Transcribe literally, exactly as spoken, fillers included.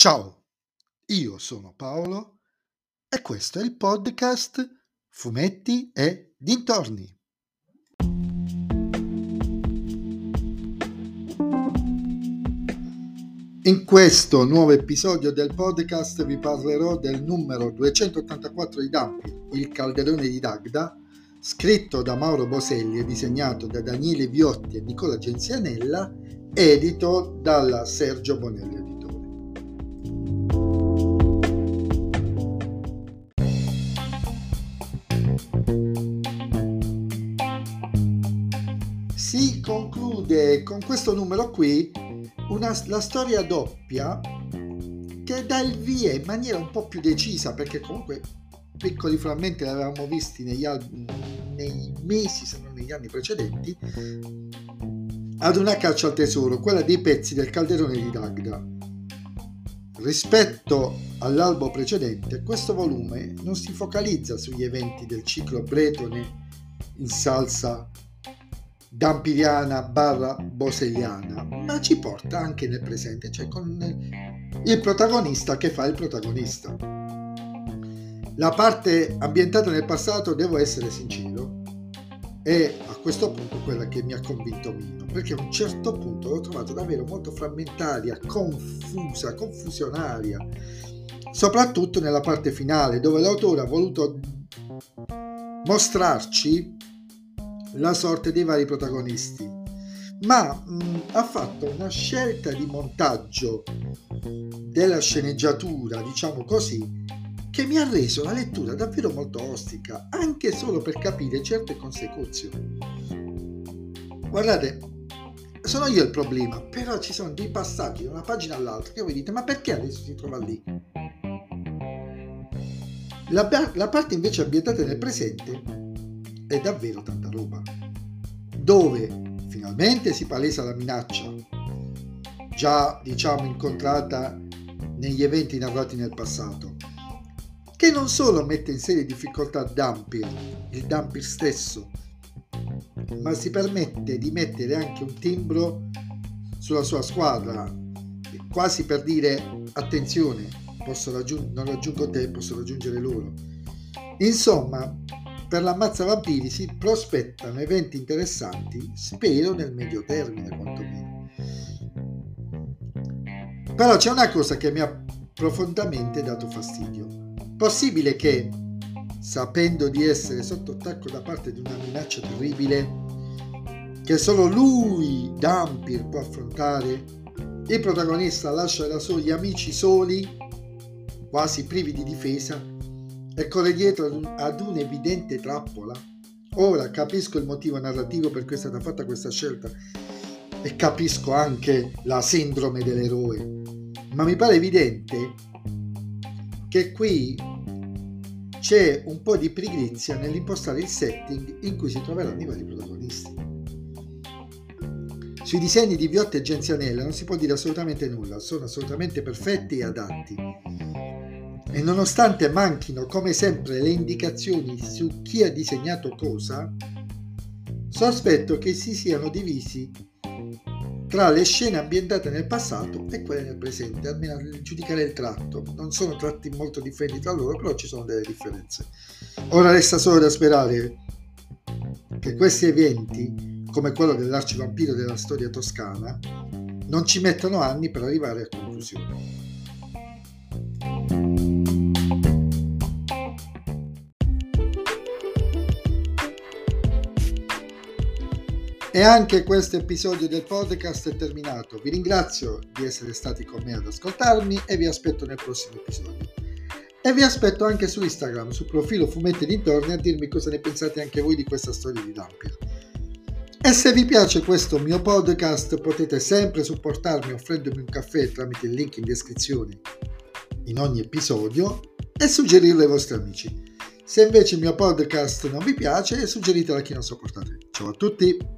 Ciao, io sono Paolo e questo è il podcast Fumetti e Dintorni. In questo nuovo episodio del podcast vi parlerò del numero duecentottantaquattro di Dampir, Il calderone di Dagda, scritto da Mauro Boselli e disegnato da Daniele Viotti e Nicola Genzianella, edito dalla Sergio Bonelli Editore. Si conclude con questo numero qui una, la storia doppia che dà il via in maniera un po' più decisa, perché comunque piccoli frammenti li avevamo visti negli album, nei mesi se non negli anni precedenti, ad una caccia al tesoro, quella dei pezzi del calderone di Dagda. Rispetto all'albo precedente, questo volume non si focalizza sugli eventi del ciclo bretone in salsa dampiriana barra boselliana, ma ci porta anche nel presente, cioè con il protagonista che fa il protagonista. La parte ambientata nel passato, devo essere sincero, è a questo punto quella che mi ha convinto meno, perché a un certo punto l'ho trovata davvero molto frammentaria, confusa, confusionaria, soprattutto nella parte finale, dove l'autore ha voluto mostrarci la sorte dei vari protagonisti, ma mh, ha fatto una scelta di montaggio della sceneggiatura, diciamo così, che mi ha reso la lettura davvero molto ostica, anche solo per capire certe consecuzioni. Guardate, sono io il problema, però ci sono dei passaggi da una pagina all'altra che voi dite, ma perché adesso si trova lì? La, la parte invece ambientata nel presente è davvero tanta roba, dove finalmente si palesa la minaccia già diciamo incontrata negli eventi narrati nel passato, che non solo mette in serie difficoltà Dampir, il Dampir stesso, ma si permette di mettere anche un timbro sulla sua squadra, quasi per dire attenzione, posso raggiung- non raggiungo te, posso raggiungere loro. Insomma, per l'Ammazza Vampiri si prospettano eventi interessanti, spero nel medio termine quantomeno. Però c'è una cosa che mi ha profondamente dato fastidio. Possibile che, sapendo di essere sotto attacco da parte di una minaccia terribile, che solo lui, Dampir, può affrontare, il protagonista lascia da soli gli amici soli, quasi privi di difesa, e corre dietro ad, un, ad un'evidente trappola. Ora capisco il motivo narrativo per cui è stata fatta questa scelta e capisco anche la sindrome dell'eroe, ma mi pare evidente che qui c'è un po' di pigrizia nell'impostare il setting in cui si troveranno i vari protagonisti. Sui disegni di Viotti e Genzianella non si può dire assolutamente nulla, sono assolutamente perfetti e adatti. E nonostante manchino come sempre le indicazioni su chi ha disegnato cosa, sospetto che si siano divisi tra le scene ambientate nel passato e quelle nel presente, almeno a giudicare il tratto. Non sono tratti molto differenti tra loro, però ci sono delle differenze. Ora resta solo da sperare che questi eventi, come quello dell'arcivampiro della storia toscana, non ci mettano anni per arrivare a conclusione. E anche questo episodio del podcast è terminato. Vi ringrazio di essere stati con me ad ascoltarmi e vi aspetto nel prossimo episodio. E vi aspetto anche su Instagram, sul profilo Fumetti e Dintorni, a dirmi cosa ne pensate anche voi di questa storia di Dampir. E se vi piace questo mio podcast potete sempre supportarmi offrendomi un caffè tramite il link in descrizione in ogni episodio e suggerirlo ai vostri amici. Se invece il mio podcast non vi piace, suggeritelo a chi non sopportate. Ciao a tutti!